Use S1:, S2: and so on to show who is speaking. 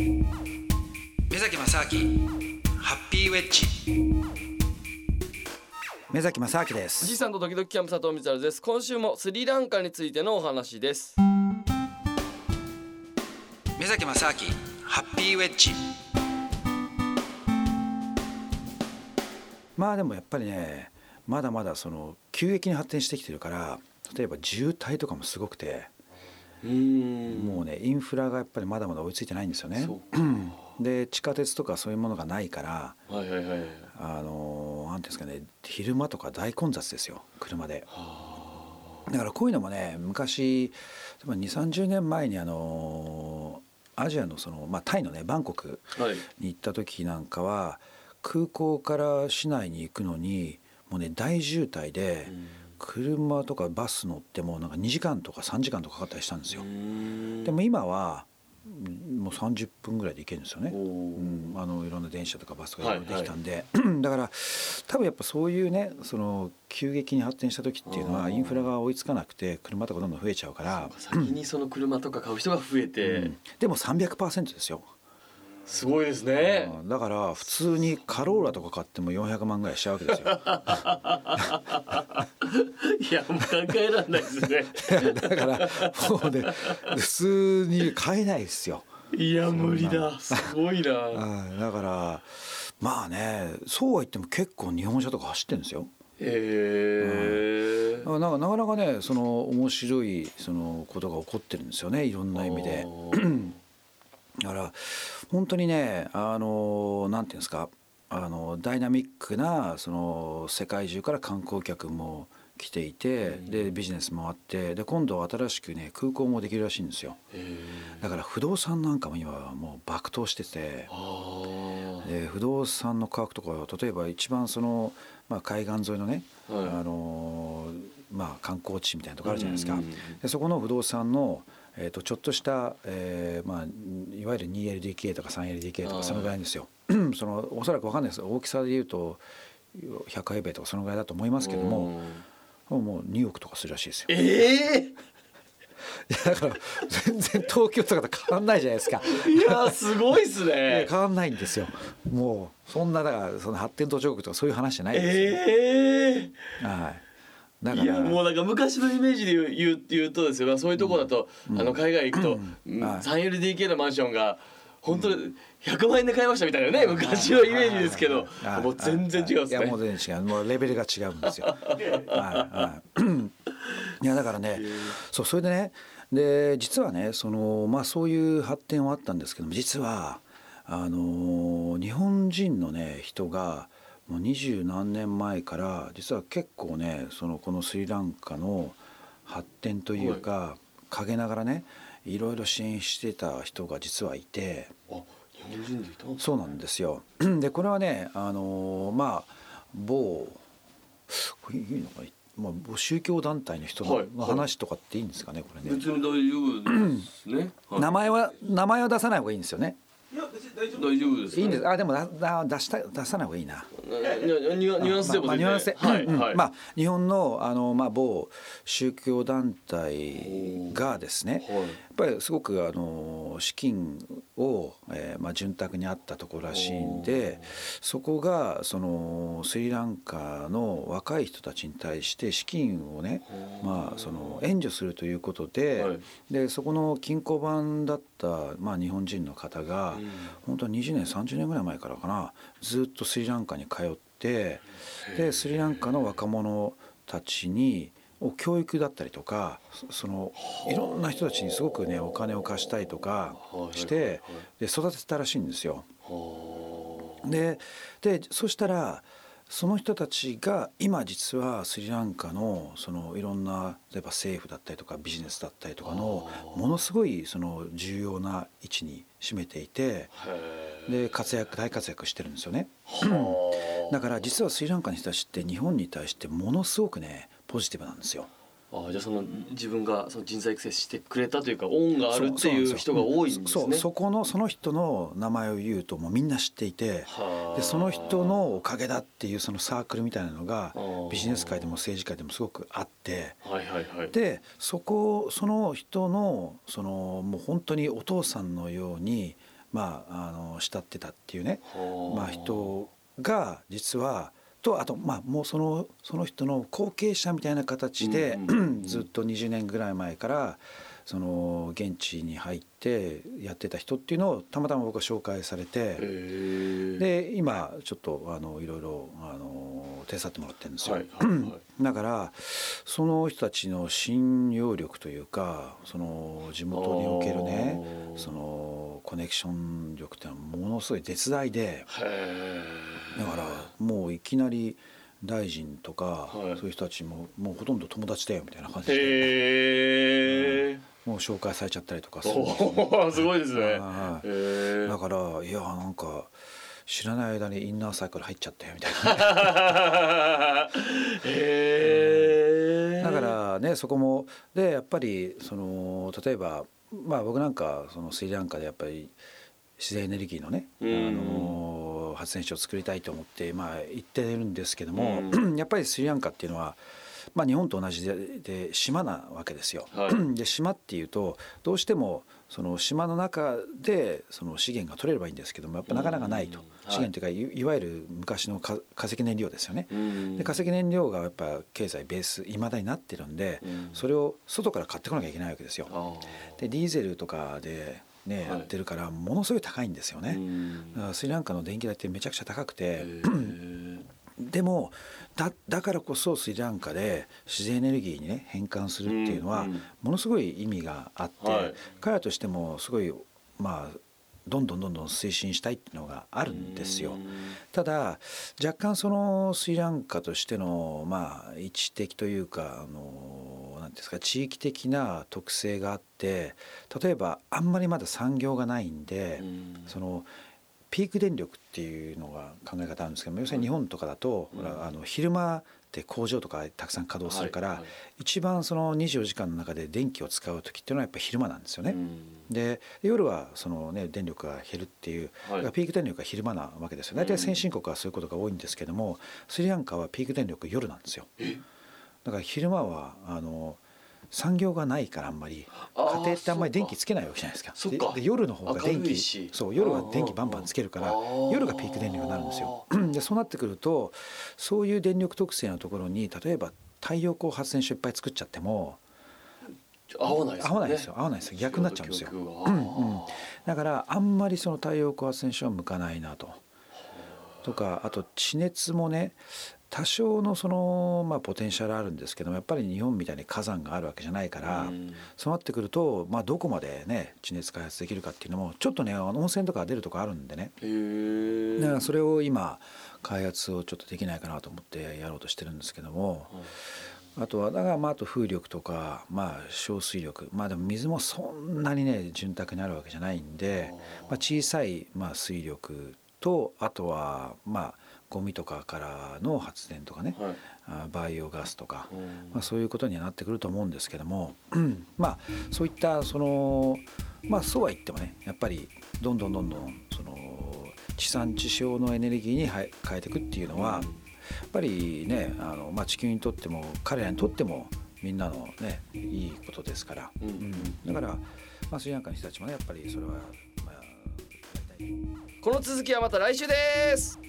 S1: 目崎正明ハッピーウェッジ。目崎正明です。
S2: じいさんと時々キャンプ佐藤光です。今週もスリランカについてのお話です。
S1: 目崎正明ハッピーウェッジ。まあでもやっぱりね、まだまだその急激に発展してきてるから、例えば渋滞とかもすごくて、もうねインフラがやっぱりまだまだ追いついてないんですよね。で地下鉄とかそういうものがないから、なんていうんですかね、昼間とか大混雑ですよ、車で。だからこういうのもね、昔2、30年前にアジアのタイのねバンコクに行った時なんかは、空港から市内に行くのにもうね大渋滞で、車とかバス乗ってもなんか2時間とか3時間とかかかったりしたんですよ。でも今はもう30分ぐらいで行けるんですよね。いろんな電車とかバスとかできたんで、だから多分やっぱそういうね、その急激に発展した時っていうのはインフラが追いつかなくて車とかどんどん増えちゃうから、
S2: 先にその車とか買う人が増えて、
S1: でも 300% ですよ。
S2: すごいですね。
S1: だから普通にカローラとか買っても400万ぐらいしちゃうわけですよ。
S2: いやもう考えられないですね。
S1: だからもうね普通に買えないですよ。
S2: いや無理だ、すごいな。
S1: だからまあね、そうは言っても結構日本車とか走ってるんですよ。なかなかね、その面白いそのことが起こってるんですよね、いろんな意味で。だから本当にね、なんていうんですか、ダイナミックなその世界中から観光客も来ていて、でビジネスもあって、で今度新しくね空港もできるらしいんですよ。だから不動産なんかも今はもう爆投してて、で不動産の価格とか、例えば一番その、海岸沿いのね、観光地みたいなとこあるじゃないですか。でそこの不動産のちょっとした、いわゆる 2LDK とか 3LDK とかそのぐらいですよ。そのおそらく分かんないです、大きさでいうと100平米とかそのぐらいだと思いますけども、もう2億とかするらしいですよ。いやだから全然東京とかと変わんないじゃないですか。
S2: いやすごいっすね。
S1: 変わんないんですよ。もうそんなだからその発展途上国とかそういう話じゃないですよ。はい。だから
S2: いやもうなんか昔のイメージで言うとですよ、そういうところだと、海外行くと、3LDK のマンションが本当に100万円で買いましたみたいなね、昔のイメージですけど、もう全然違うんですね。
S1: いやもう全然違う、もうレベルが違うんですよ。いやだからね、それでね、で実はね、そういう発展はあったんですけども、実は日本人のね人がもう20何年前から実は結構ね、このスリランカの発展というか、陰ながらねいろいろ支援してた人が実はいて。
S2: 日本人でいたんですね。
S1: そうなんですよ。でこれはね、某これいいのかな、宗教団体の人の話とかっていいんですかね、これね。
S2: 別に大丈夫ですね。
S1: 名前は出さない方がいいんですよね。
S2: いや別に大丈夫です。
S1: いいんです。でも出さない方がいいな。
S2: ニュアンスでも
S1: ニュアンスで、日本の某宗教団体がですね、やっぱりすごく資金を潤沢にあったところらしいんで、そこがスリランカの若い人たちに対して資金をね、援助するということで、でそこの金庫番だった、日本人の方が、本当は20年30年ぐらい前からかな、ずっとスリランカに通って、でスリランカの若者たちに教育だったりとか、いろんな人たちにすごくねお金を貸したりとかして、で育てたらしいんですよ。でそしたらその人たちが今実はスリランカのいろんな、例えば政府だったりとかビジネスだったりとかのものすごい重要な位置に占めていて、で大活躍してるんですよね。だから実はスリランカの人たちって日本に対してものすごくねポジティブなんですよ。
S2: じゃあ自分が人材育成してくれたというか恩があるっていう人が多いんですね。
S1: その人の名前を言うともうみんな知っていて、でその人のおかげだっていうそのサークルみたいなのがビジネス界でも政治界でもすごくあって、でその人のもう本当にお父さんのように慕ってたっていうね、人が実はあともうその人の後継者みたいな形で、ずっと20年ぐらい前からその現地に入ってやってた人っていうのをたまたま僕は紹介されて、で今ちょっといろいろ手伝ってもらってるんですよ。だからその人たちの信用力というか、その地元におけるね、そのコネクション力っていうのはものすごい絶大で、だからもういきなり大臣とか、そういう人たちもうほとんど友達だよみたいな感じで、もう紹介されちゃったりとかするんですね。
S2: すごいですね。
S1: だからいやなんか知らない間にインナーサークル入っちゃったよみたいな。だからね、そこもでやっぱりその例えば僕なんかそのスリランカでやっぱり自然エネルギーのね、発電所を作りたいと思って言ってるんですけども、やっぱりスリランカっていうのは日本と同じで島なわけですよ。で島っていうとどうしてもその島の中でその資源が取れればいいんですけども、やっぱなかなかないと、資源というかいわゆる昔の化石燃料ですよね。で化石燃料がやっぱ経済ベースいまだになってるんで、それを外から買ってこなきゃいけないわけですよ。でディーゼルとかでやってるからものすごい高いんですよね。だからスリランカの電気代ってめちゃくちゃ高くてでもだからこそスリランカで自然エネルギーにね変換するっていうのはものすごい意味があって、彼らとしてもすごいどんどん推進したいっていうのがあるんですよ。ただ若干そのスリランカとしての位置的というかなんですか、地域的な特性があって、例えばあんまりまだ産業がないんで、そのピーク電力っていうのが考え方あるんですけども、要するに日本とかだと、昼間って工場とかたくさん稼働するから、一番その24時間の中で電気を使う時っていうのはやっぱり昼間なんですよね。で夜はその、電力が減るっていう、ピーク電力が昼間なわけですよ。大体先進国はそういうことが多いんですけども、スリランカはピーク電力夜なんですよ。だから昼間は産業がないからあんまり家庭ってあんまり電気つけないわけじゃないですか。で夜の方が電気夜は電気バンバンつけるから夜がピーク電力になるんですよ。でそうなってくるとそういう電力特性のところに例えば太陽光発電所いっぱい作っちゃっても
S2: 合わないですよ。
S1: 逆になっちゃうんですよ。だからあんまりその太陽光発電所は向かないなとか、あと地熱もね多少のそのポテンシャルあるんですけども、やっぱり日本みたいに火山があるわけじゃないから、そうなってくるとどこまでね地熱開発できるかっていうのもちょっとね温泉とか出るとこあるんでね、だからそれを今開発をちょっとできないかなと思ってやろうとしてるんですけども、あとはだからあと風力とか小水力、でも水もそんなにね潤沢にあるわけじゃないんで、小さい水力と、あとはゴミとかからの発電とかね、バイオガスとか、そういうことにはなってくると思うんですけども、そういったそのそうは言ってもねやっぱりどんどんその地産地消のエネルギーに変えていくっていうのはやっぱりね地球にとっても彼らにとってもみんなのねいいことですから、だからスリランカの人たちもねやっぱりそれはやりたい。
S2: この続きはまた来週です。